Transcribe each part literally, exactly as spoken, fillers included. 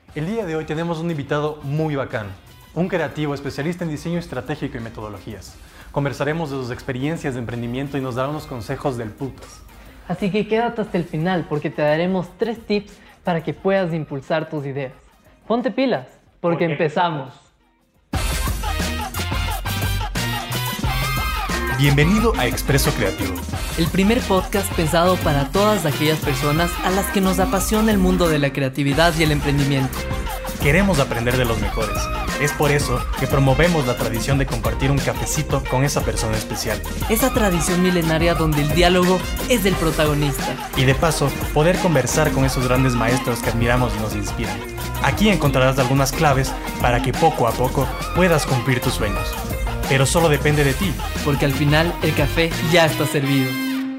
El día de hoy tenemos un invitado muy bacán, un creativo especialista en diseño estratégico y metodologías. Conversaremos de sus experiencias de emprendimiento y nos dará unos consejos del putas. Así que quédate hasta el final porque te daremos tres tips para que puedas impulsar tus ideas. Ponte pilas, porque, porque empezamos. Bienvenido a Expreso Creativo, el primer podcast pensado para todas aquellas personas a las que nos apasiona el mundo de la creatividad y el emprendimiento. Queremos aprender de los mejores. Es por eso que promovemos la tradición de compartir un cafecito con esa persona especial. Esa tradición milenaria donde el diálogo es el protagonista. Y de paso, poder conversar con esos grandes maestros que admiramos y nos inspiran. Aquí encontrarás algunas claves para que poco a poco puedas cumplir tus sueños. Pero solo depende de ti. Porque al final el café ya está servido.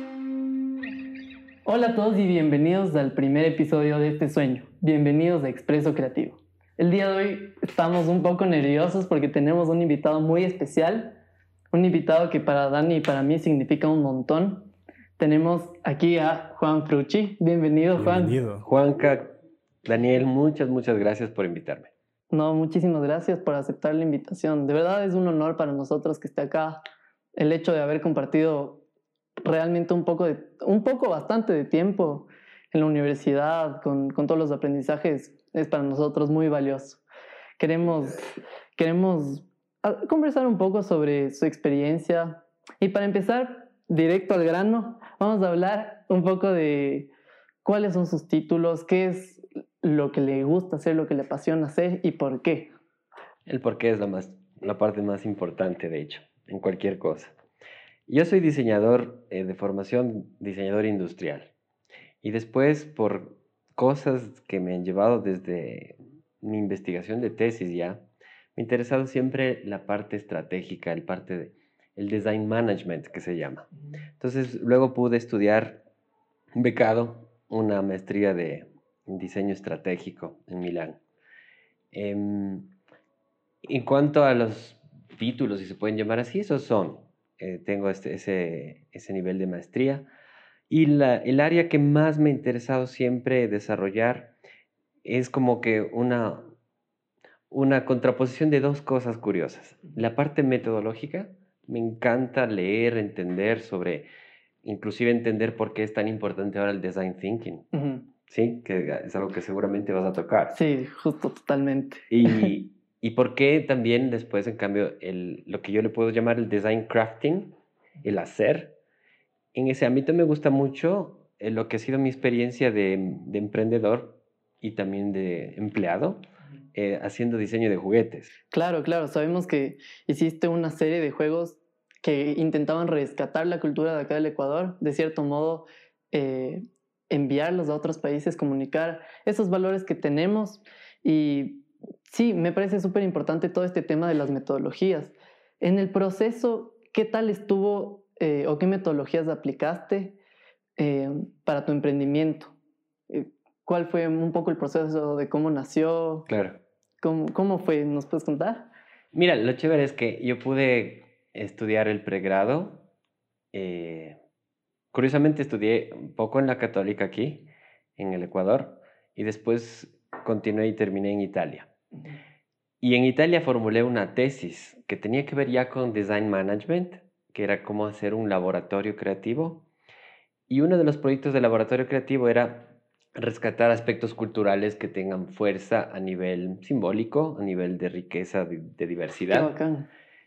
Hola a todos y bienvenidos al primer episodio de este sueño. Bienvenidos a Expreso Creativo. El día de hoy estamos un poco nerviosos porque tenemos un invitado muy especial. Un invitado que para Dani y para mí significa un montón. Tenemos aquí a Juan Frucci. Bienvenido, Juan. Bienvenido. Juanca, Daniel, muchas, muchas gracias por invitarme. No, muchísimas gracias por aceptar la invitación. De verdad es un honor para nosotros que esté acá. El hecho de haber compartido realmente un poco, de, un poco bastante de tiempo en la universidad, con, con todos los aprendizajes, es para nosotros muy valioso. Queremos, queremos conversar un poco sobre su experiencia. Y para empezar, directo al grano, vamos a hablar un poco de cuáles son sus títulos, qué es lo que le gusta hacer, lo que le apasiona hacer y por qué. El por qué es la, más, la parte más importante, de hecho, en cualquier cosa. Yo soy diseñador eh, de formación, diseñador industrial. Y después, por cosas que me han llevado desde mi investigación de tesis ya, me ha interesado siempre la parte estratégica, el parte de, el design management que se llama. Entonces, luego pude estudiar becado una maestría de diseño estratégico en Milán. Eh, en cuanto a los títulos, si se pueden llamar así, esos son. Eh, tengo este, ese, ese nivel de maestría. Y la, el área que más me ha interesado siempre desarrollar es como que una, una contraposición de dos cosas curiosas. La parte metodológica, me encanta leer, entender sobre, inclusive entender por qué es tan importante ahora el design thinking. Uh-huh. Sí, que es algo que seguramente vas a tocar. Sí, justo, totalmente. Y, y por qué también después, en cambio, el, lo que yo le puedo llamar el design crafting, el hacer, en ese ámbito me gusta mucho eh, lo que ha sido mi experiencia de, de emprendedor y también de empleado, eh, haciendo diseño de juguetes. Claro, claro, sabemos que hiciste una serie de juegos que intentaban rescatar la cultura de acá del Ecuador, de cierto modo, eh, enviarlos a otros países, comunicar esos valores que tenemos. Y sí, me parece súper importante todo este tema de las metodologías. En el proceso, ¿qué tal estuvo eh, o qué metodologías aplicaste eh, para tu emprendimiento? Eh, ¿Cuál fue un poco el proceso de cómo nació? Claro. ¿Cómo, cómo fue? ¿Nos puedes contar? Mira, lo chévere es que yo pude estudiar el pregrado. Eh, Curiosamente estudié un poco en la Católica aquí, en el Ecuador, y después continué y terminé en Italia. Uh-huh. Y en Italia formulé una tesis que tenía que ver ya con design management, que era cómo hacer un laboratorio creativo. Y uno de los proyectos de laboratorio creativo era rescatar aspectos culturales que tengan fuerza a nivel simbólico, a nivel de riqueza, de, de diversidad. Qué bacán.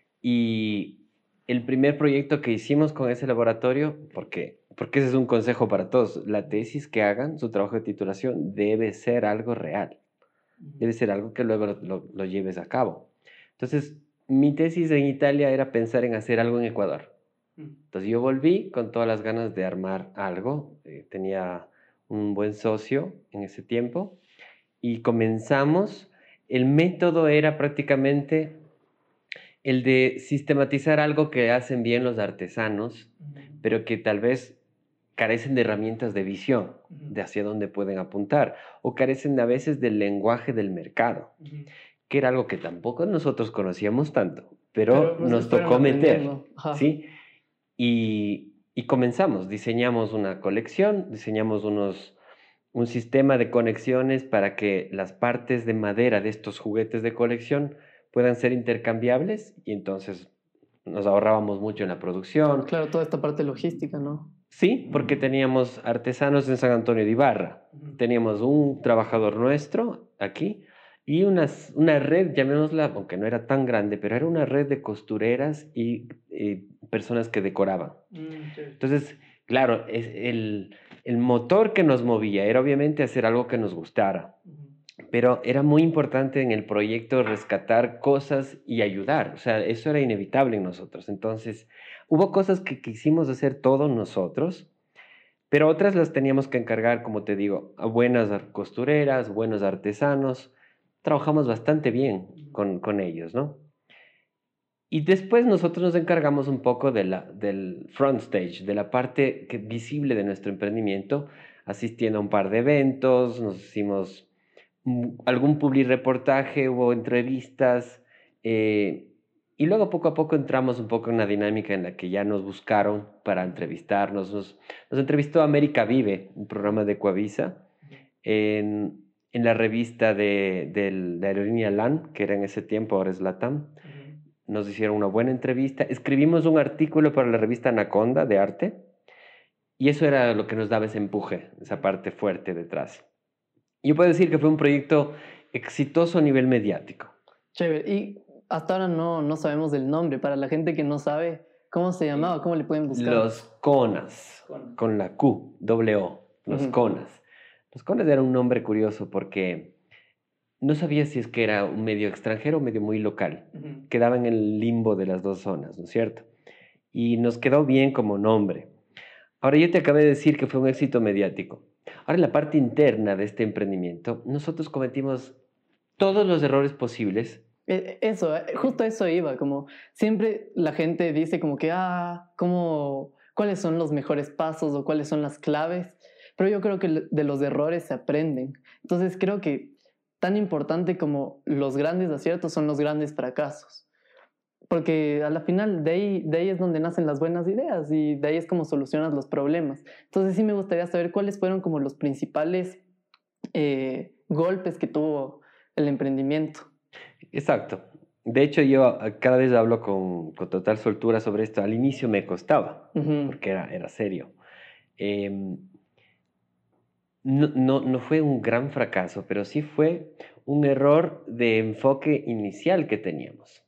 Y el primer proyecto que hicimos con ese laboratorio, porque, porque ese es un consejo para todos, la tesis que hagan, su trabajo de titulación, debe ser algo real. Debe ser algo que luego lo, lo, lo lleves a cabo. Entonces, mi tesis en Italia era pensar en hacer algo en Ecuador. Entonces, yo volví con todas las ganas de armar algo. Eh, tenía un buen socio en ese tiempo y comenzamos. El método era prácticamente el de sistematizar algo que hacen bien los artesanos, uh-huh. pero que tal vez carecen de herramientas de visión, uh-huh. de hacia dónde pueden apuntar, o carecen a veces del lenguaje del mercado, uh-huh. que era algo que tampoco nosotros conocíamos tanto, pero, pero pues, nos tocó meter, ¿sí? Y, y comenzamos, diseñamos una colección, diseñamos unos, un sistema de conexiones para que las partes de madera de estos juguetes de colección puedan ser intercambiables y entonces nos ahorrábamos mucho en la producción. Claro, toda esta parte logística, ¿no? Sí, porque teníamos artesanos en San Antonio de Ibarra, teníamos un trabajador nuestro aquí y unas, una red, llamémosla, aunque no era tan grande, pero era una red de costureras y, y personas que decoraban. Mm, sí. Entonces, claro, es el, el motor que nos movía era obviamente hacer algo que nos gustara, pero era muy importante en el proyecto rescatar cosas y ayudar. O sea, eso era inevitable en nosotros. Entonces, hubo cosas que quisimos hacer todos nosotros, pero otras las teníamos que encargar, como te digo, a buenas costureras, buenos artesanos. Trabajamos bastante bien con, con ellos, ¿no? Y después nosotros nos encargamos un poco de la, del front stage, de la parte que, visible de nuestro emprendimiento, asistiendo a un par de eventos, nos hicimos mm, algún public reportaje, hubo entrevistas, eh, y luego poco a poco entramos un poco en una dinámica en la que ya nos buscaron para entrevistarnos. Nos, nos entrevistó América Vive, un programa de Coavisa, en, en la revista de, de la aerolínea LAN, que era en ese tiempo, ahora es LATAM. Nos hicieron una buena entrevista. Escribimos un artículo para la revista Anaconda de arte y eso era lo que nos daba ese empuje, esa parte fuerte detrás. Yo puedo decir que fue un proyecto exitoso a nivel mediático. Chévere. Y hasta ahora no, no sabemos del nombre. Para la gente que no sabe, ¿cómo se llamaba? ¿Cómo le pueden buscar? Los Conas, con la Q, doble O, los uh-huh. Conas. Los Conas era un nombre curioso porque no sabía si es que era un medio extranjero o medio muy local. Uh-huh. Quedaba en el limbo de las dos zonas, ¿no es cierto? Y nos quedó bien como nombre. Ahora, yo te acabé de decir que fue un éxito mediático. Ahora, en la parte interna de este emprendimiento, nosotros cometimos todos los errores posibles. Eso, justo eso iba, como siempre la gente dice como que, ah, ¿cómo, ¿cuáles son los mejores pasos o cuáles son las claves? Pero yo creo que de los errores se aprenden. Entonces creo que tan importante como los grandes aciertos son los grandes fracasos. Porque a la final de ahí, de ahí es donde nacen las buenas ideas y de ahí es como solucionas los problemas. Entonces sí me gustaría saber cuáles fueron como los principales eh, golpes que tuvo el emprendimiento. Exacto. De hecho, yo cada vez hablo con, con total soltura sobre esto. Al inicio me costaba, uh-huh. porque era, era serio. Eh, no, no, no fue un gran fracaso, pero sí fue un error de enfoque inicial que teníamos.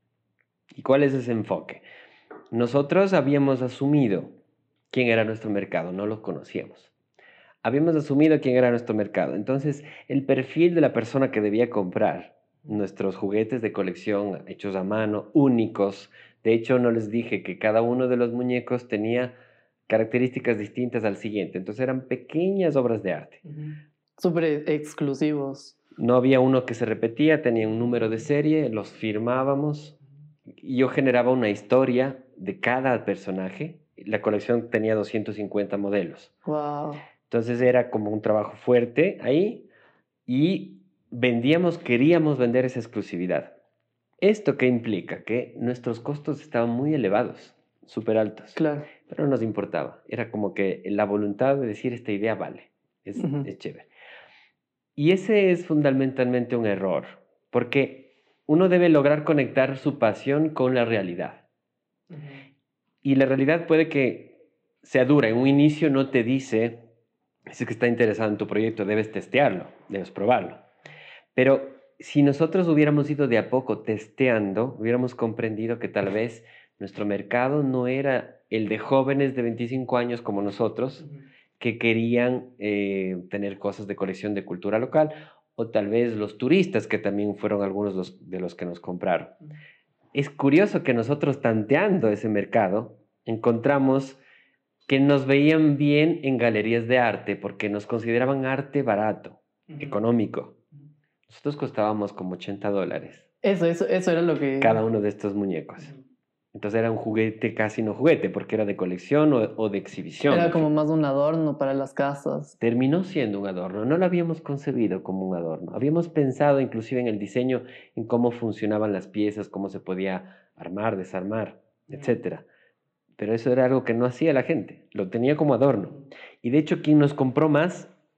¿Y cuál es ese enfoque? Nosotros habíamos asumido quién era nuestro mercado, no lo conocíamos. Habíamos asumido quién era nuestro mercado. Entonces, el perfil de la persona que debía comprar nuestros juguetes de colección hechos a mano, únicos. De hecho, no les dije que cada uno de los muñecos tenía características distintas al siguiente. Entonces, eran pequeñas obras de arte. Uh-huh. Súper exclusivos. No había uno que se repetía, tenía un número de serie, los firmábamos. Y yo generaba una historia de cada personaje. La colección tenía doscientos cincuenta modelos. Wow. Entonces, era como un trabajo fuerte ahí y vendíamos, queríamos vender esa exclusividad. ¿Esto qué implica? Que nuestros costos estaban muy elevados, súper altos. Claro. Pero no nos importaba. Era como que la voluntad de decir esta idea vale, es, uh-huh. es chévere. Y ese es fundamentalmente un error, porque uno debe lograr conectar su pasión con la realidad. Uh-huh. Y la realidad puede que sea dura. En un inicio no te dice, si es que está interesado en tu proyecto, debes testearlo, debes probarlo. Pero si nosotros hubiéramos ido de a poco testeando, hubiéramos comprendido que tal vez nuestro mercado no era el de jóvenes de veinticinco años como nosotros, uh-huh. que querían eh, tener cosas de colección de cultura local, o tal vez los turistas, que también fueron algunos los, de los que nos compraron. Uh-huh. Es curioso que nosotros, tanteando ese mercado, encontramos que nos veían bien en galerías de arte, porque nos consideraban arte barato, uh-huh. económico. Nosotros costábamos como ochenta dólares. Eso, eso, eso era lo que... Cada uno de estos muñecos. Entonces era un juguete casi no juguete, porque era de colección o, o de exhibición. Era como más un adorno para las casas. Terminó siendo un adorno. No lo habíamos concebido como un adorno. Habíamos pensado inclusive en el diseño, en cómo funcionaban las piezas, cómo se podía armar, desarmar, etcétera. Pero eso era algo que no hacía la gente. Lo tenía como adorno. Y de hecho, quien nos compró más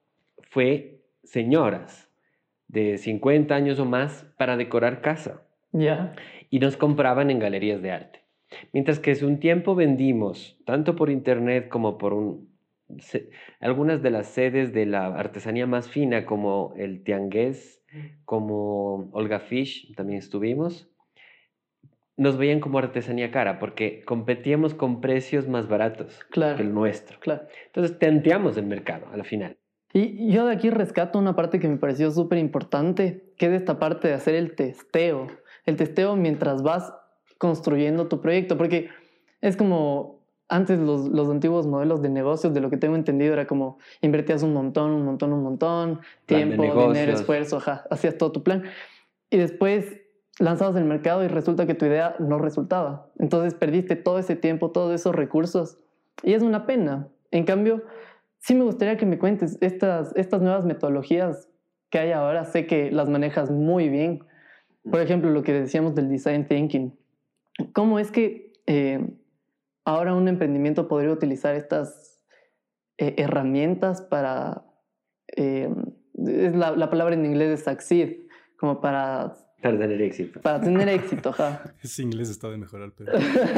fue señoras de cincuenta años o más para decorar casa. Ya. Y nos compraban en galerías de arte. Mientras que hace un tiempo vendimos, tanto por internet como por un, se, algunas de las sedes de la artesanía más fina, como el Tiangués, como Olga Fish, también estuvimos, nos veían como artesanía cara, porque competíamos con precios más baratos Claro. que el nuestro. Claro. Entonces tanteamos el mercado a la final. Y yo de aquí rescato una parte que me pareció súper importante, que es esta parte de hacer el testeo. El testeo mientras vas construyendo tu proyecto, porque es como antes los, los antiguos modelos de negocios, de lo que tengo entendido, era como invertías un montón, un montón, un montón, Plan de tiempo, negocios. dinero, esfuerzo, ajá, hacías todo tu plan. Y después lanzabas el mercado y resulta que tu idea no resultaba. Entonces perdiste todo ese tiempo, todos esos recursos. Y es una pena. En cambio, sí me gustaría que me cuentes estas, estas nuevas metodologías que hay ahora. Sé que las manejas muy bien. Por ejemplo, lo que decíamos del design thinking. ¿Cómo es que eh, ahora un emprendimiento podría utilizar estas eh, herramientas para... Eh, es la, la palabra en inglés es succeed, como para... Para tener éxito. Para tener éxito, ajá. Ese inglés está de mejorar, pero...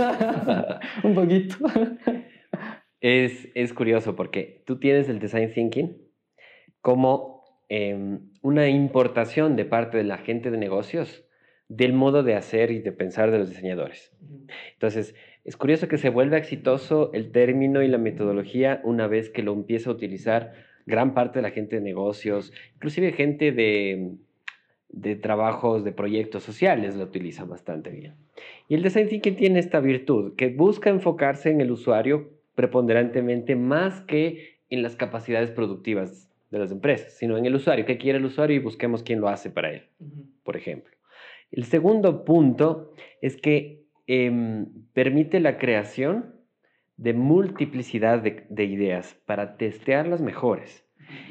Un poquito. Es, es curioso porque tú tienes el design thinking como eh, una importación de parte de la gente de negocios del modo de hacer y de pensar de los diseñadores. Entonces, es curioso que se vuelva exitoso el término y la metodología una vez que lo empieza a utilizar gran parte de la gente de negocios, inclusive gente de, de trabajos, de proyectos sociales, lo utiliza bastante bien. Y el design thinking tiene esta virtud, que busca enfocarse en el usuario preponderantemente más que en las capacidades productivas de las empresas, sino en el usuario, qué quiere el usuario y busquemos quién lo hace para él, por ejemplo. El segundo punto es que eh, permite la creación de multiplicidad de, de ideas para testear las mejores.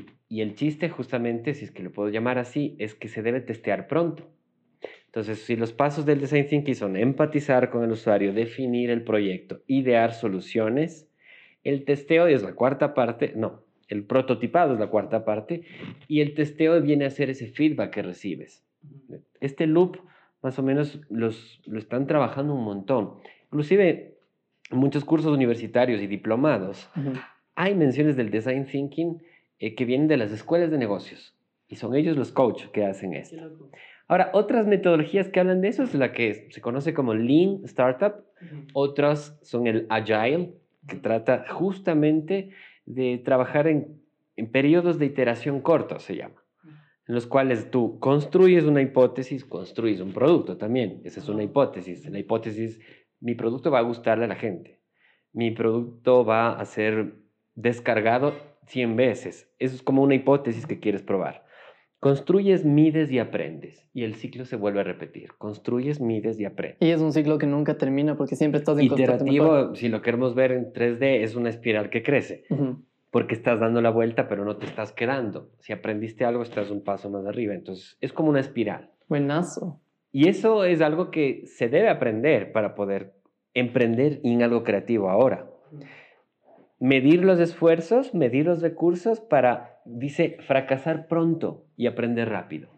Y el chiste justamente, si es que lo puedo llamar así, es que se debe testear pronto. Entonces, si los pasos del design thinking son empatizar con el usuario, definir el proyecto, idear soluciones, el testeo es la cuarta parte, no, el prototipado es la cuarta parte, y el testeo viene a ser ese feedback que recibes. Este loop, más o menos, los, lo están trabajando un montón. Inclusive, en muchos cursos universitarios y diplomados, uh-huh. hay menciones del design thinking eh, que vienen de las escuelas de negocios, y son ellos los coaches que hacen esto. Ahora, otras metodologías que hablan de eso es la que se conoce como Lean Startup, uh-huh. otras son el Agile, que uh-huh. trata justamente de trabajar en, en periodos de iteración cortos, se llama, uh-huh. en los cuales tú construyes una hipótesis, construyes un producto también, esa es una hipótesis. La hipótesis, mi producto va a gustarle a la gente, mi producto va a ser descargado cien veces, eso es como una hipótesis que quieres probar. Construyes, mides y aprendes. Y el ciclo se vuelve a repetir. Construyes, mides y aprendes. Y es un ciclo que nunca termina porque siempre estás en iterativo, si lo queremos ver en tres D, es una espiral que crece. Uh-huh. Porque estás dando la vuelta, pero no te estás quedando. Si aprendiste algo, estás un paso más arriba. Entonces, es como una espiral. Buenazo. Y eso es algo que se debe aprender para poder emprender en algo creativo ahora. Medir los esfuerzos, medir los recursos para, dice, fracasar pronto y aprender rápido.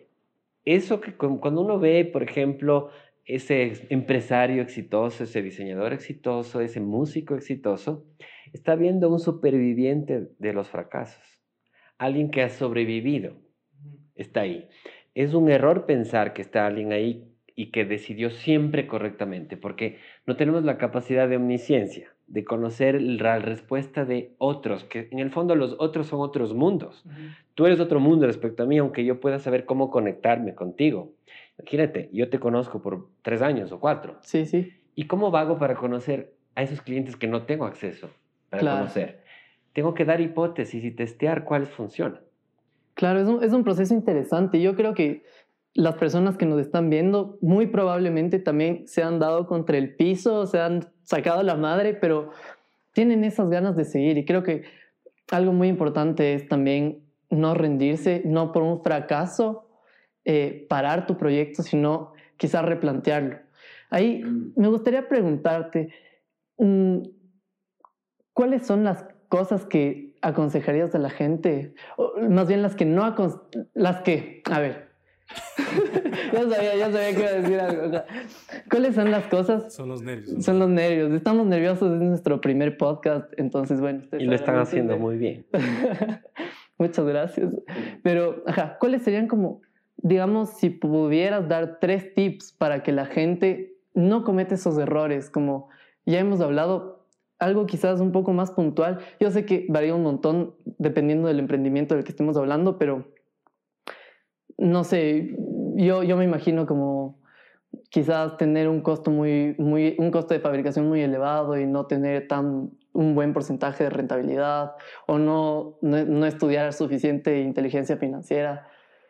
Eso que cuando uno ve, por ejemplo, ese empresario exitoso, ese diseñador exitoso, ese músico exitoso, está viendo un superviviente de los fracasos. Alguien que ha sobrevivido está ahí. Es un error pensar que está alguien ahí y que decidió siempre correctamente, porque no tenemos la capacidad de omnisciencia, de conocer la respuesta de otros, que en el fondo los otros son otros mundos. Uh-huh. Tú eres otro mundo respecto a mí, aunque yo pueda saber cómo conectarme contigo. Imagínate, yo te conozco por tres años o cuatro. Sí, sí. ¿Y cómo hago para conocer a esos clientes que no tengo acceso para claro. conocer? Tengo que dar hipótesis y testear cuáles funcionan. Claro, es un, es un proceso interesante. Yo creo que las personas que nos están viendo muy probablemente también se han dado contra el piso, se han sacado la madre, pero tienen esas ganas de seguir. Y creo que algo muy importante es también no rendirse, no por un fracaso eh, parar tu proyecto, sino quizás replantearlo. Ahí me gustaría preguntarte, ¿cuáles son las cosas que aconsejarías a la gente? O más bien las que no acon... Las que... A ver. ya sabía, ya sabía que iba a decir algo. O sea, ¿cuáles son las cosas? Son los nervios. Son, son los nervios. Estamos nerviosos, es nuestro primer podcast, entonces bueno. Y lo están haciendo muy bien. Muchas gracias. Pero, ajá, ¿cuáles serían como, digamos, si pudieras dar tres tips para que la gente no cometa esos errores? Como ya hemos hablado, algo quizás un poco más puntual. Yo sé que varía un montón dependiendo del emprendimiento del que estemos hablando, pero no sé, yo, yo me imagino como quizás tener un costo muy, muy, un costo de fabricación muy elevado y no tener tan un buen porcentaje de rentabilidad o no, no, no estudiar suficiente inteligencia financiera.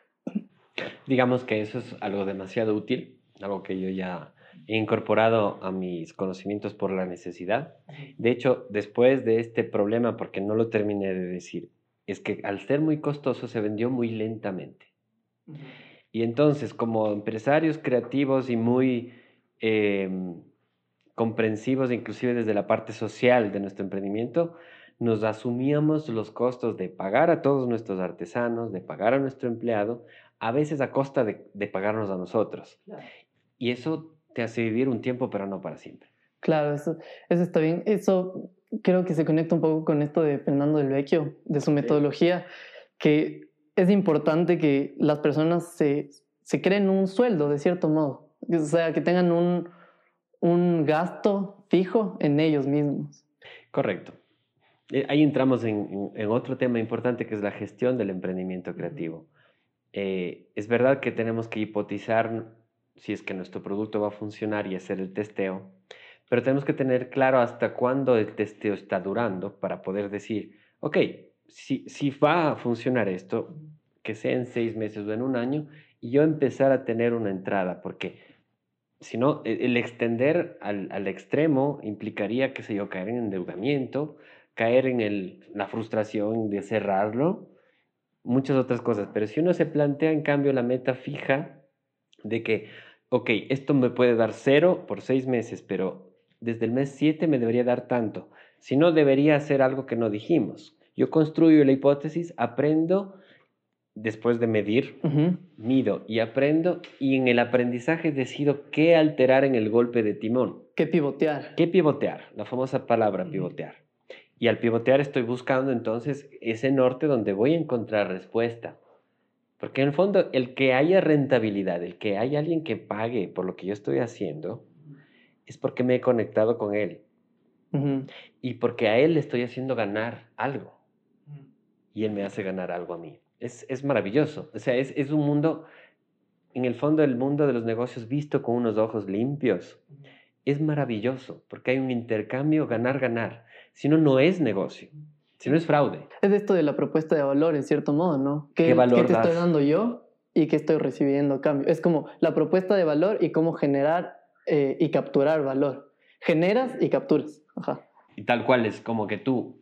Digamos que eso es algo demasiado útil, algo que yo ya he incorporado a mis conocimientos por la necesidad. De hecho, después de este problema, porque no lo terminé de decir, es que al ser muy costoso se vendió muy lentamente. Uh-huh. Y entonces, como empresarios creativos y muy eh, comprensivos, inclusive desde la parte social de nuestro emprendimiento, nos asumíamos los costos de pagar a todos nuestros artesanos, de pagar a nuestro empleado, a veces a costa de, de pagarnos a nosotros. Claro. Y eso te hace vivir un tiempo, pero no para siempre. Claro, eso, eso está bien. Eso creo que se conecta un poco con esto de Fernando Del Vecchio, de su metodología, sí. Que es importante que las personas se, se creen un sueldo, de cierto modo. O sea, que tengan un, un gasto fijo en ellos mismos. Correcto. Ahí entramos en, en otro tema importante, que es la gestión del emprendimiento creativo. Eh, es verdad que tenemos que hipotizar si es que nuestro producto va a funcionar y hacer el testeo, pero tenemos que tener claro hasta cuándo el testeo está durando para poder decir, ok, si, si va a funcionar esto, que sea en seis meses o en un año, y yo empezar a tener una entrada, porque si no, el extender al, al extremo implicaría, qué sé yo, caer en endeudamiento, caer en el, la frustración de cerrarlo, muchas otras cosas. Pero si uno se plantea, en cambio, la meta fija de que, ok, esto me puede dar cero por seis meses, pero desde el mes siete me debería dar tanto. Si no, debería hacer algo que no dijimos. Yo construyo la hipótesis, aprendo, después de medir, uh-huh. mido y aprendo, y en el aprendizaje decido qué alterar en el golpe de timón. ¿Qué pivotear? ¿Qué pivotear? La famosa palabra uh-huh. pivotear. Y al pivotear estoy buscando entonces ese norte donde voy a encontrar respuesta. Porque en el fondo el que haya rentabilidad, el que haya alguien que pague por lo que yo estoy haciendo, es porque me he conectado con él. Uh-huh. Y porque a él le estoy haciendo ganar algo. Uh-huh. Y él me hace ganar algo a mí. Es, es maravilloso. O sea, es, es un mundo, en el fondo el mundo de los negocios visto con unos ojos limpios. Uh-huh. Es maravilloso porque hay un intercambio ganar-ganar. Si no, no es negocio. Si no, es fraude. Es esto de la propuesta de valor, en cierto modo, ¿no? ¿Qué, ¿Qué valor ¿qué te das? estoy dando yo y qué estoy recibiendo a cambio? Es como la propuesta de valor y cómo generar eh, y capturar valor. Generas y capturas. Ajá. Y tal cual es como que tú,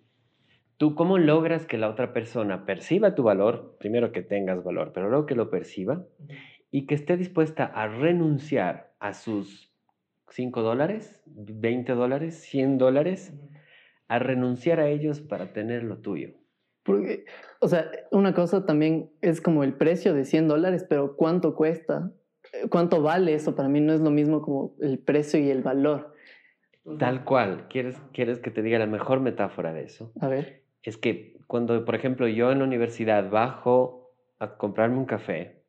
tú cómo logras que la otra persona perciba tu valor, primero que tengas valor, pero luego que lo perciba uh-huh. y que esté dispuesta a renunciar a sus cinco dólares, veinte dólares, cien dólares, uh-huh. a renunciar a ellos para tener lo tuyo. Porque, o sea, una cosa también es como el precio de cien dólares, pero ¿cuánto cuesta? ¿Cuánto vale eso? Para mí no es lo mismo como el precio y el valor. Tal cual. ¿Quieres, ¿Quieres que te diga la mejor metáfora de eso? A ver. Es que cuando, por ejemplo, yo en la universidad bajo a comprarme un café,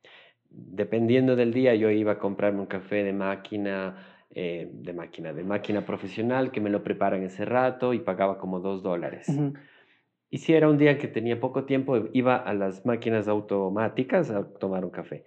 dependiendo del día, yo iba a comprarme un café de máquina, eh, de máquina, de máquina profesional, que me lo preparan ese rato y pagaba como dos dólares. Uh-huh. Y si era un día que tenía poco tiempo, iba a las máquinas automáticas a tomar un café.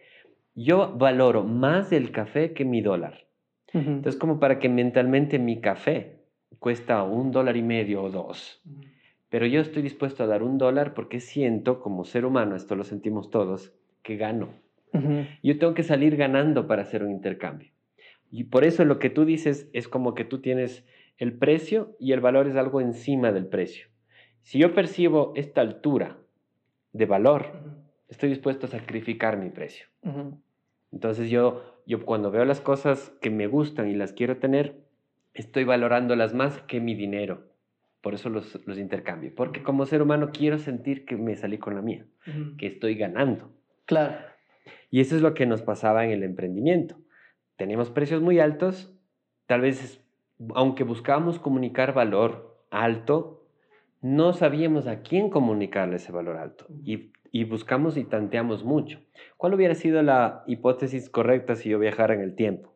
Yo valoro más el café que mi dólar. Uh-huh. Entonces, como para que mentalmente mi café cuesta un dólar y medio o dos. Uh-huh. Pero yo estoy dispuesto a dar un dólar porque siento, como ser humano, esto lo sentimos todos, que gano. Uh-huh. Yo tengo que salir ganando para hacer un intercambio. Y por eso lo que tú dices es como que tú tienes el precio y el valor es algo encima del precio. Si yo percibo esta altura de valor, uh-huh. estoy dispuesto a sacrificar mi precio. Uh-huh. Entonces yo, yo cuando veo las cosas que me gustan y las quiero tener, estoy valorándolas más que mi dinero. Por eso los, los intercambio. Porque como ser humano quiero sentir que me salí con la mía, Ujú. que estoy ganando. Claro. Y eso es lo que nos pasaba en el emprendimiento. Teníamos precios muy altos, tal vez, aunque buscábamos comunicar valor alto, no sabíamos a quién comunicarle ese valor alto. Y, y buscamos y tanteamos mucho. ¿Cuál hubiera sido la hipótesis correcta si yo viajara en el tiempo?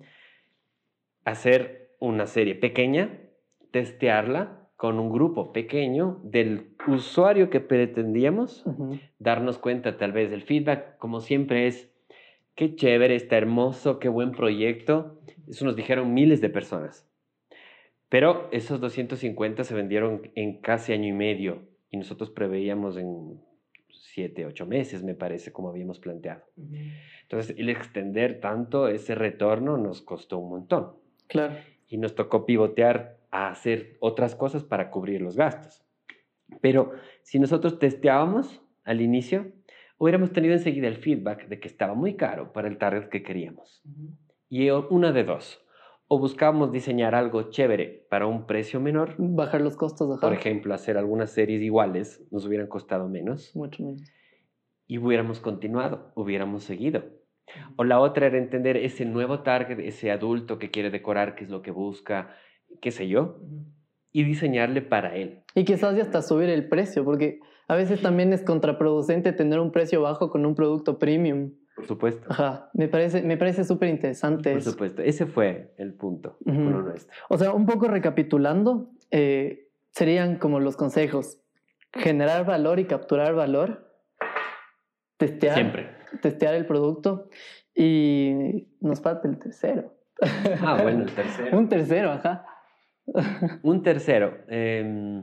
Hacer una serie pequeña, testearla con un grupo pequeño del usuario que pretendíamos, Ujú. darnos cuenta tal vez del feedback, como siempre es, qué chévere, está hermoso, qué buen proyecto. Eso nos dijeron miles de personas. Pero esos doscientos cincuenta se vendieron en casi año y medio y nosotros preveíamos en siete, ocho meses, me parece, como habíamos planteado. Ujú. Entonces, el extender tanto ese retorno nos costó un montón. Claro. Y nos tocó pivotear a hacer otras cosas para cubrir los gastos. Pero si nosotros testeábamos al inicio, hubiéramos tenido enseguida el feedback de que estaba muy caro para el target que queríamos. Ujú. Y una de dos, o buscábamos diseñar algo chévere para un precio menor, Bajar los costos, ajá. por ejemplo, hacer algunas series iguales, nos hubieran costado menos, Mucho menos. y hubiéramos continuado, hubiéramos seguido. O la otra era entender ese nuevo target, ese adulto que quiere decorar, qué es lo que busca, qué sé yo, Ujú. y diseñarle para él. Y quizás ya hasta subir el precio, porque a veces también es contraproducente tener un precio bajo con un producto premium. Por supuesto. Ajá, me parece, me parece súper interesante Por eso. supuesto, ese fue el punto Ujú. con lo nuestro. O sea, un poco recapitulando, eh, serían como los consejos: generar valor y capturar valor, testear, Siempre. testear el producto, y nos falta el tercero. Ah, bueno, el tercero. Un tercero, ajá. Un tercero. eh,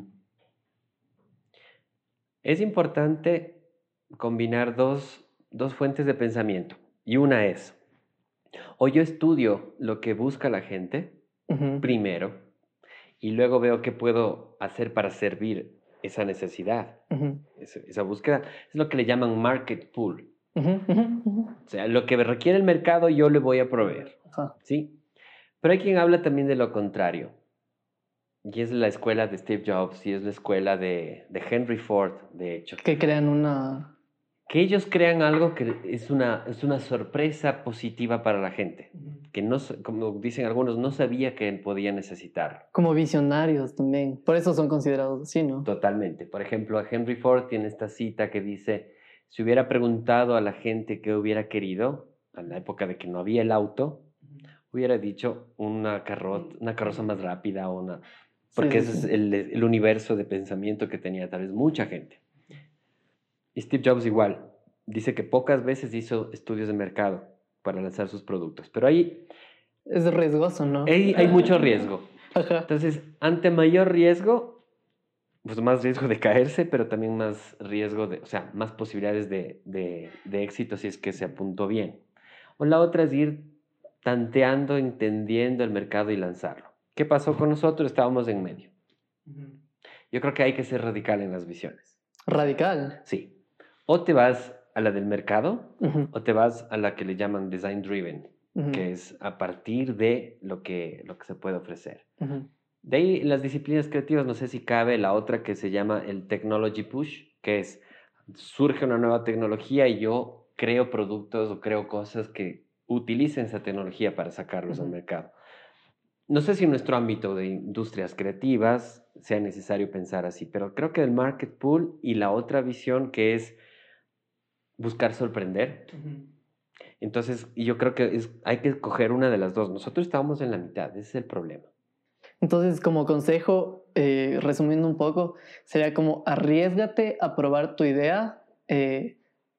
es importante combinar dos, dos fuentes de pensamiento. Y una es, o yo estudio lo que busca la gente Ujú. primero y luego veo qué puedo hacer para servir esa necesidad, Ujú. esa, esa búsqueda. Es lo que le llaman market pull. Ujú, ujú, ujú. O sea, lo que requiere el mercado yo le voy a proveer. Ajá. ¿Sí? Pero hay quien habla también de lo contrario. Y es la escuela de Steve Jobs y es la escuela de, de Henry Ford, de hecho. Que crean una... Que ellos crean algo que es una, es una sorpresa positiva para la gente. Que no, s- como dicen algunos, no sabía que podía necesitar. Como visionarios también. Por eso son considerados así, ¿no? Totalmente. Por ejemplo, Henry Ford tiene esta cita que dice, si hubiera preguntado a la gente qué hubiera querido, en la época de que no había el auto, hubiera dicho una, carro- una carroza más rápida o una... Porque Sí, sí, ese es sí. el, el universo de pensamiento que tenía tal vez mucha gente. Y Steve Jobs igual. Dice que pocas veces hizo estudios de mercado para lanzar sus productos. Pero ahí Es riesgoso, ¿no? hay, hay mucho riesgo. Ajá. Entonces, ante mayor riesgo, pues más riesgo de caerse, pero también más riesgo de, o sea, más posibilidades de, de, de éxito si es que se apuntó bien. O la otra es ir tanteando, entendiendo el mercado y lanzarlo. ¿Qué pasó con nosotros? Estábamos en medio. Yo creo que hay que ser radical en las visiones. Radical. Sí. O te vas a la del mercado Ujú, o te vas a la que le llaman design driven, ujú, que es a partir de lo que, lo que se puede ofrecer. ujú. De ahí las disciplinas creativas, no sé si cabe la otra que se llama el technology push, que es surge una nueva tecnología y yo creo productos o creo cosas que utilicen esa tecnología para sacarlos al Ujú. mercado. No sé si en nuestro ámbito de industrias creativas sea necesario pensar así, pero creo que el market pool y la otra visión que es buscar sorprender. Ujú. Entonces, yo creo que es, hay que escoger una de las dos. Nosotros estábamos en la mitad, ese es el problema. Entonces, como consejo, eh, resumiendo un poco, sería como arriésgate a probar tu idea. eh,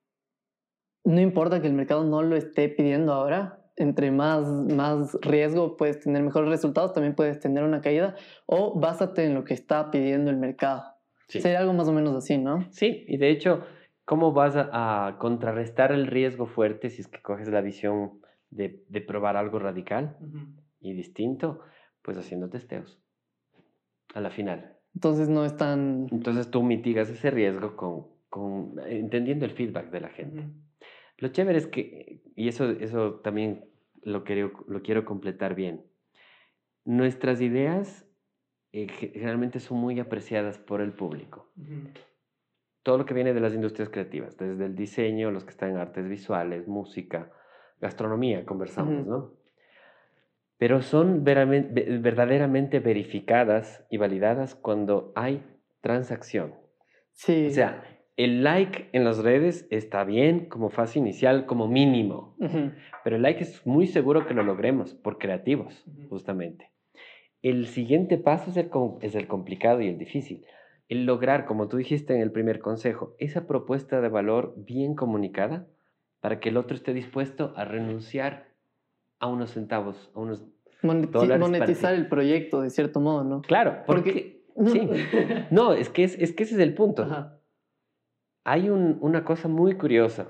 no importa que el mercado no lo esté pidiendo ahora. Entre más, más riesgo puedes tener mejores resultados, también puedes tener una caída. O básate en lo que está pidiendo el mercado. Sí. Sería algo más o menos así, ¿no? Sí, y de hecho, ¿cómo vas a, a contrarrestar el riesgo fuerte si es que coges la visión de, de probar algo radical y distinto? Pues haciendo testeos a la final. Entonces no es tan... Entonces tú mitigas ese riesgo con, con entendiendo el feedback de la gente. Ujú. Lo chévere es que, y eso, eso también lo quiero, lo quiero completar bien, nuestras ideas eh, generalmente son muy apreciadas por el público. Ujú. Todo lo que viene de las industrias creativas, desde el diseño, los que están en artes visuales, música, gastronomía, conversamos, Ujú. ¿no? Pero son veramente- verdaderamente verificadas y validadas cuando hay transacción. O Sí. sea, el like en las redes está bien como fase inicial, como mínimo, Ujú. pero el like es muy seguro que lo logremos por creativos, Ujú. justamente. El siguiente paso es el, com- es el complicado y el difícil. El lograr, como tú dijiste en el primer consejo, esa propuesta de valor bien comunicada para que el otro esté dispuesto a renunciar a unos centavos, a unos Moneti- dólares para ti. monetizar el proyecto de cierto modo, ¿no? Claro, porque... Sí. No, es que, es, es que ese es el punto. Ajá. Hay un- una cosa muy curiosa.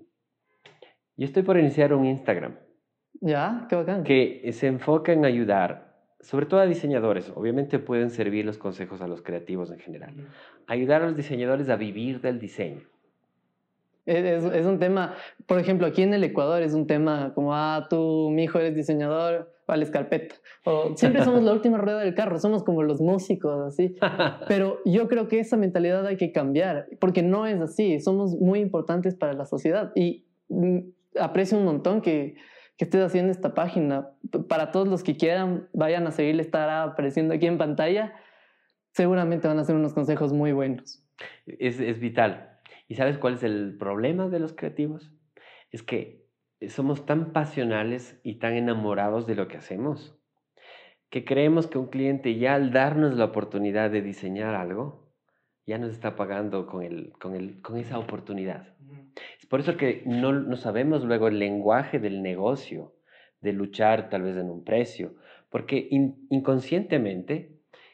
Yo estoy por iniciar un Instagram Ya, qué bacán. que se enfoca en ayudar, sobre todo a diseñadores. Obviamente pueden servir los consejos a los creativos en general. Ujú. Ayudar a los diseñadores a vivir del diseño. Es, es- es un tema, por ejemplo, aquí en el Ecuador es un tema como, ah, tú, mi hijo, eres diseñador, vales carpeta. O siempre somos la última rueda del carro, somos como los músicos, así. Pero yo creo que esa mentalidad hay que cambiar, porque no es así, somos muy importantes para la sociedad. Y mm, aprecio un montón que, que estés haciendo esta página. Para todos los que quieran, vayan a seguirle, estará apareciendo aquí en pantalla. Seguramente van a ser unos consejos muy buenos. Es, es vital. ¿Y sabes cuál es el problema de los creativos? Es que somos tan pasionales y tan enamorados de lo que hacemos que creemos que un cliente ya al darnos la oportunidad de diseñar algo, ya nos está pagando con, el, con, el, con esa oportunidad. Ujú. Es por eso que no, no sabemos luego el lenguaje del negocio, de luchar tal vez en un precio, porque in- inconscientemente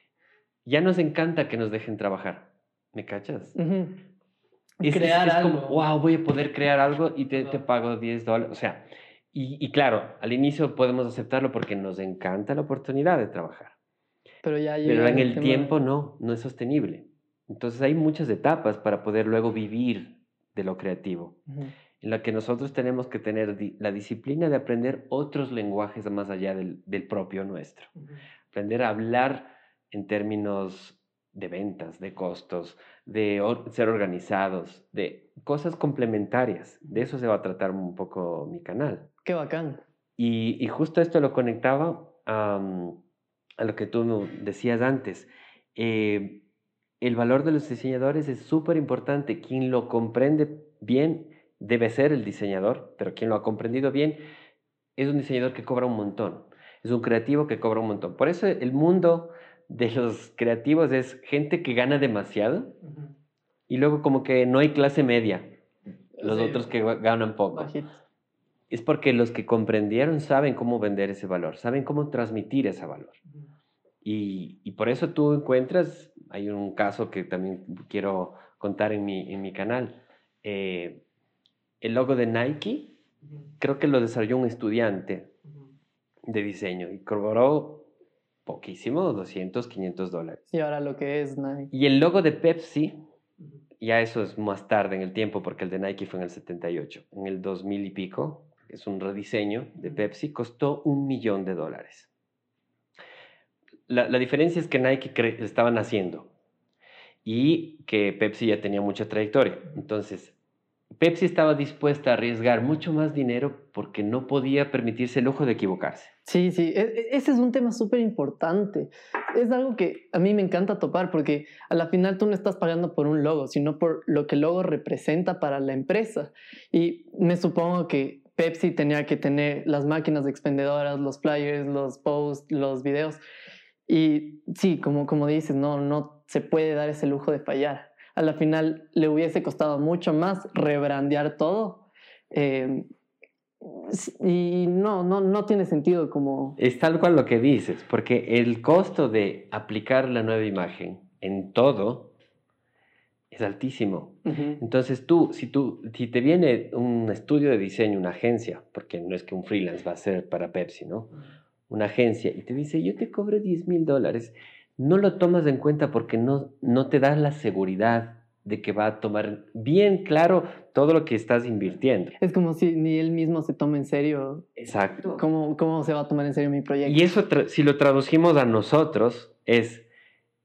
ya nos encanta que nos dejen trabajar. ¿Me cachas? Ujú. Es, es- Crear es como, algo. wow, voy a poder crear algo y te, Ajá. te pago diez dólares. O sea, y, y claro, al inicio podemos aceptarlo porque nos encanta la oportunidad de trabajar. Pero ya Pero llega en el el tema. tiempo no, no es sostenible. Entonces hay muchas etapas para poder luego vivir de lo creativo, Ujú. en la que nosotros tenemos que tener di- la disciplina de aprender otros lenguajes más allá del, del propio nuestro. Ujú. Aprender a hablar en términos de ventas, de costos, de or- ser organizados, de cosas complementarias. De eso se va a tratar un poco mi canal. Qué bacán. Y, y justo esto lo conectaba am, a lo que tú no- decías antes. Eh, el valor de los diseñadores es súper importante. Quien lo comprende bien debe ser el diseñador, pero quien lo ha comprendido bien es un diseñador que cobra un montón. Es un creativo que cobra un montón. Por eso el mundo de los creativos es gente que gana demasiado Ujú. y luego como que no hay clase media, los Sí, otros que ganan poco. bajito. Es porque los que comprendieron saben cómo vender ese valor, saben cómo transmitir ese valor. Ujú. Y, y por eso tú encuentras, hay un caso que también quiero contar en mi, en mi canal, eh, el logo de Nike, Ujú. creo que lo desarrolló un estudiante Ujú. de diseño y cobró poquísimo, doscientos, quinientos dólares. Y ahora lo que es Nike. Y el logo de Pepsi, Ujú. ya eso es más tarde en el tiempo, porque el de Nike fue en el setenta y ocho. En el dos mil y pico, es un rediseño de Pepsi, costó un millón de dólares. La, la diferencia es que Nike cre- estaban haciendo y que Pepsi ya tenía mucha trayectoria. Entonces, Pepsi estaba dispuesta a arriesgar mucho más dinero porque no podía permitirse el lujo de equivocarse. Sí, sí, e- e- ese es un tema súper importante. Es algo que a mí me encanta topar porque a la final tú no estás pagando por un logo, sino por lo que el logo representa para la empresa. Y me supongo que Pepsi tenía que tener las máquinas expendedoras, los flyers, los posts, los videos. Y sí, como, como dices, no, no se puede dar ese lujo de fallar. A la final le hubiese costado mucho más rebrandear todo. eh, y no, no, no tiene sentido como... Es tal cual lo que dices, porque el costo de aplicar la nueva imagen en todo es altísimo. Ujú. Entonces tú, si tú, si te viene un estudio de diseño, una agencia, porque no es que un freelance va a ser para Pepsi, ¿no? Una agencia, y te dice, yo te cobro diez mil dólares, no lo tomas en cuenta porque no, no te das la seguridad de que va a tomar bien claro todo lo que estás invirtiendo. Es como si ni él mismo se toma en serio. Exacto. ¿Cómo, cómo se va a tomar en serio mi proyecto? Y eso, tra- si lo traducimos a nosotros, es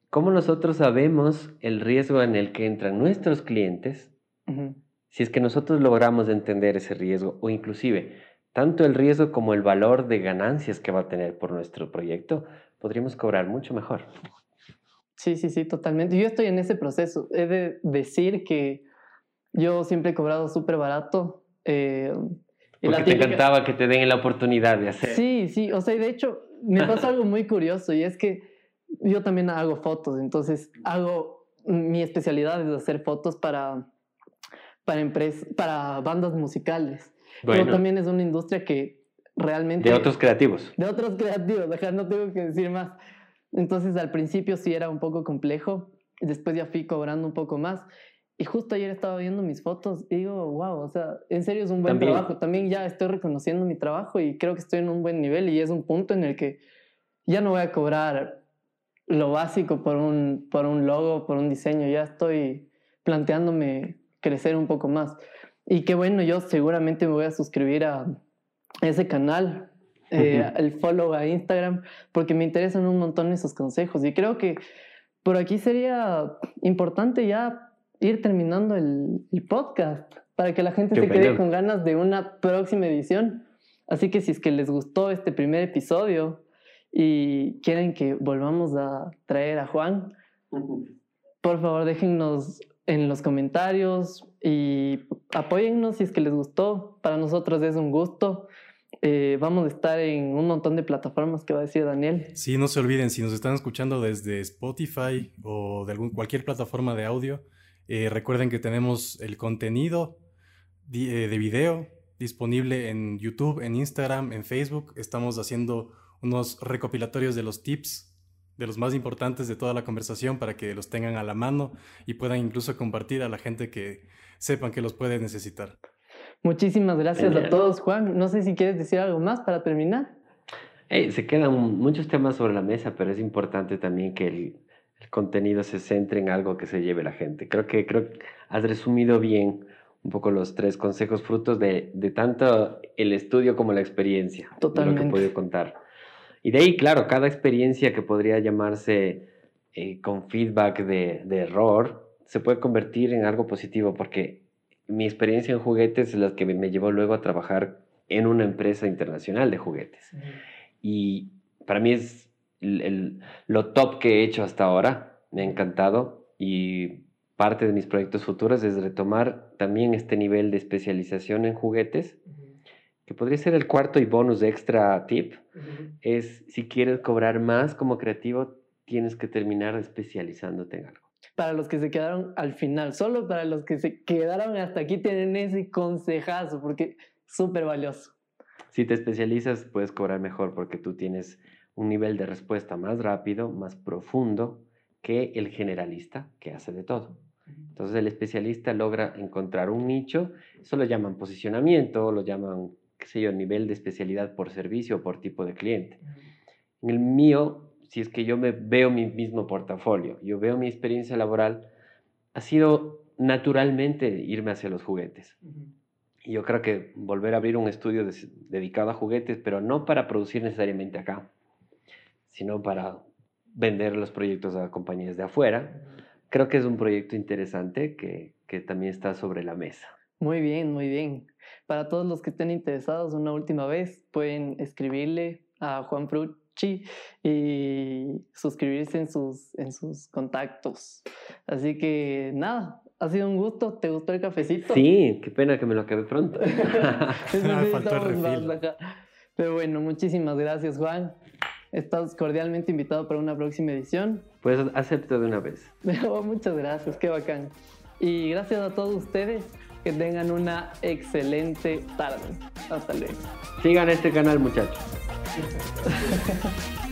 ¿cómo nosotros sabemos el riesgo en el que entran nuestros clientes? Uh-huh. Si es que nosotros logramos entender ese riesgo, o inclusive tanto el riesgo como el valor de ganancias que va a tener por nuestro proyecto, podríamos cobrar mucho mejor. Sí, sí, sí, totalmente. Yo estoy en ese proceso. He de decir que yo siempre he cobrado súper barato. Eh, y Porque la típica... te encantaba que te den la oportunidad de hacer. Sí, sí. O sea, y de hecho, me pasa algo muy curioso, y es que yo también hago fotos. Entonces, hago... Mi especialidad es hacer fotos para, para, empresas, para bandas musicales. Bueno. Pero también es una industria que realmente... De otros creativos. De otros creativos, acá no tengo que decir más. Entonces, al principio sí era un poco complejo. Después ya fui cobrando un poco más. Y justo ayer estaba viendo mis fotos y digo, wow, o sea, en serio es un buen También. trabajo. También ya estoy reconociendo mi trabajo y creo que estoy en un buen nivel, y es un punto en el que ya no voy a cobrar lo básico por un, por un logo, por un diseño. Ya estoy planteándome crecer un poco más. Y qué bueno, yo seguramente me voy a suscribir a ese canal, eh, uh-huh. el follow a Instagram, porque me interesan un montón esos consejos. Y creo que por aquí sería importante ya ir terminando el, el podcast para que la gente Qué se quede con ganas de una próxima edición. Así que si es que les gustó este primer episodio y quieren que volvamos a traer a Juan, uh-huh. por favor déjennos en los comentarios y apóyennos si es que les gustó. Para nosotros es un gusto. Eh, vamos a estar en un montón de plataformas que va a decir Daniel. Sí, no se olviden, si nos están escuchando desde Spotify o de algún, cualquier plataforma de audio, eh, recuerden que tenemos el contenido de, de video disponible en YouTube, en Instagram, en Facebook. Estamos haciendo unos recopilatorios de los tips, de los más importantes de toda la conversación, para que los tengan a la mano y puedan incluso compartir a la gente que sepan que los puede necesitar. Muchísimas gracias Genial. a todos, Juan. No sé si quieres decir algo más para terminar. Hey, se quedan muchos temas sobre la mesa, pero es importante también que el, el contenido se centre en algo que se lleve la gente. Creo que, creo que has resumido bien un poco los tres consejos, frutos de, de tanto el estudio como la experiencia. Totalmente. De lo que he podido contar. Y de ahí, claro, cada experiencia que podría llamarse eh, con feedback de, de error, se puede convertir en algo positivo, porque mi experiencia en juguetes es la que me llevó luego a trabajar en una empresa internacional de juguetes. Uh-huh. Y para mí es el, el, lo top que he hecho hasta ahora. Me ha encantado, y parte de mis proyectos futuros es retomar también este nivel de especialización en juguetes, uh-huh. que podría ser el cuarto y bonus extra tip. Uh-huh. Es, si quieres cobrar más como creativo, tienes que terminar especializándote en algo. Para los que se quedaron al final, solo para los que se quedaron hasta aquí, tienen ese consejazo, porque es súper valioso. Si te especializas, puedes cobrar mejor, porque tú tienes un nivel de respuesta más rápido, más profundo que el generalista, que hace de todo. Entonces el especialista logra encontrar un nicho. Eso lo llaman posicionamiento, lo llaman, qué sé yo, nivel de especialidad por servicio o por tipo de cliente. En el mío, si es que yo me veo mi mismo portafolio, yo veo mi experiencia laboral, ha sido naturalmente irme hacia los juguetes. Uh-huh. Y yo creo que volver a abrir un estudio de, dedicado a juguetes, pero no para producir necesariamente acá, sino para vender los proyectos a compañías de afuera, uh-huh. creo que es un proyecto interesante que, que también está sobre la mesa. Muy bien, muy bien. Para todos los que estén interesados, una última vez, pueden escribirle a Juan Frucci y suscribirse en sus, en sus contactos. Así que nada, ha sido un gusto. ¿Te gustó el cafecito? Sí, qué pena que me lo acabé pronto. Me faltó el refil. Pero bueno, muchísimas gracias, Juan. Estás cordialmente invitado para una próxima edición. Pues acepto de una vez. Muchas gracias, qué bacán. Y gracias a todos ustedes. Que tengan una excelente tarde. Hasta luego. Sigan este canal, muchachos.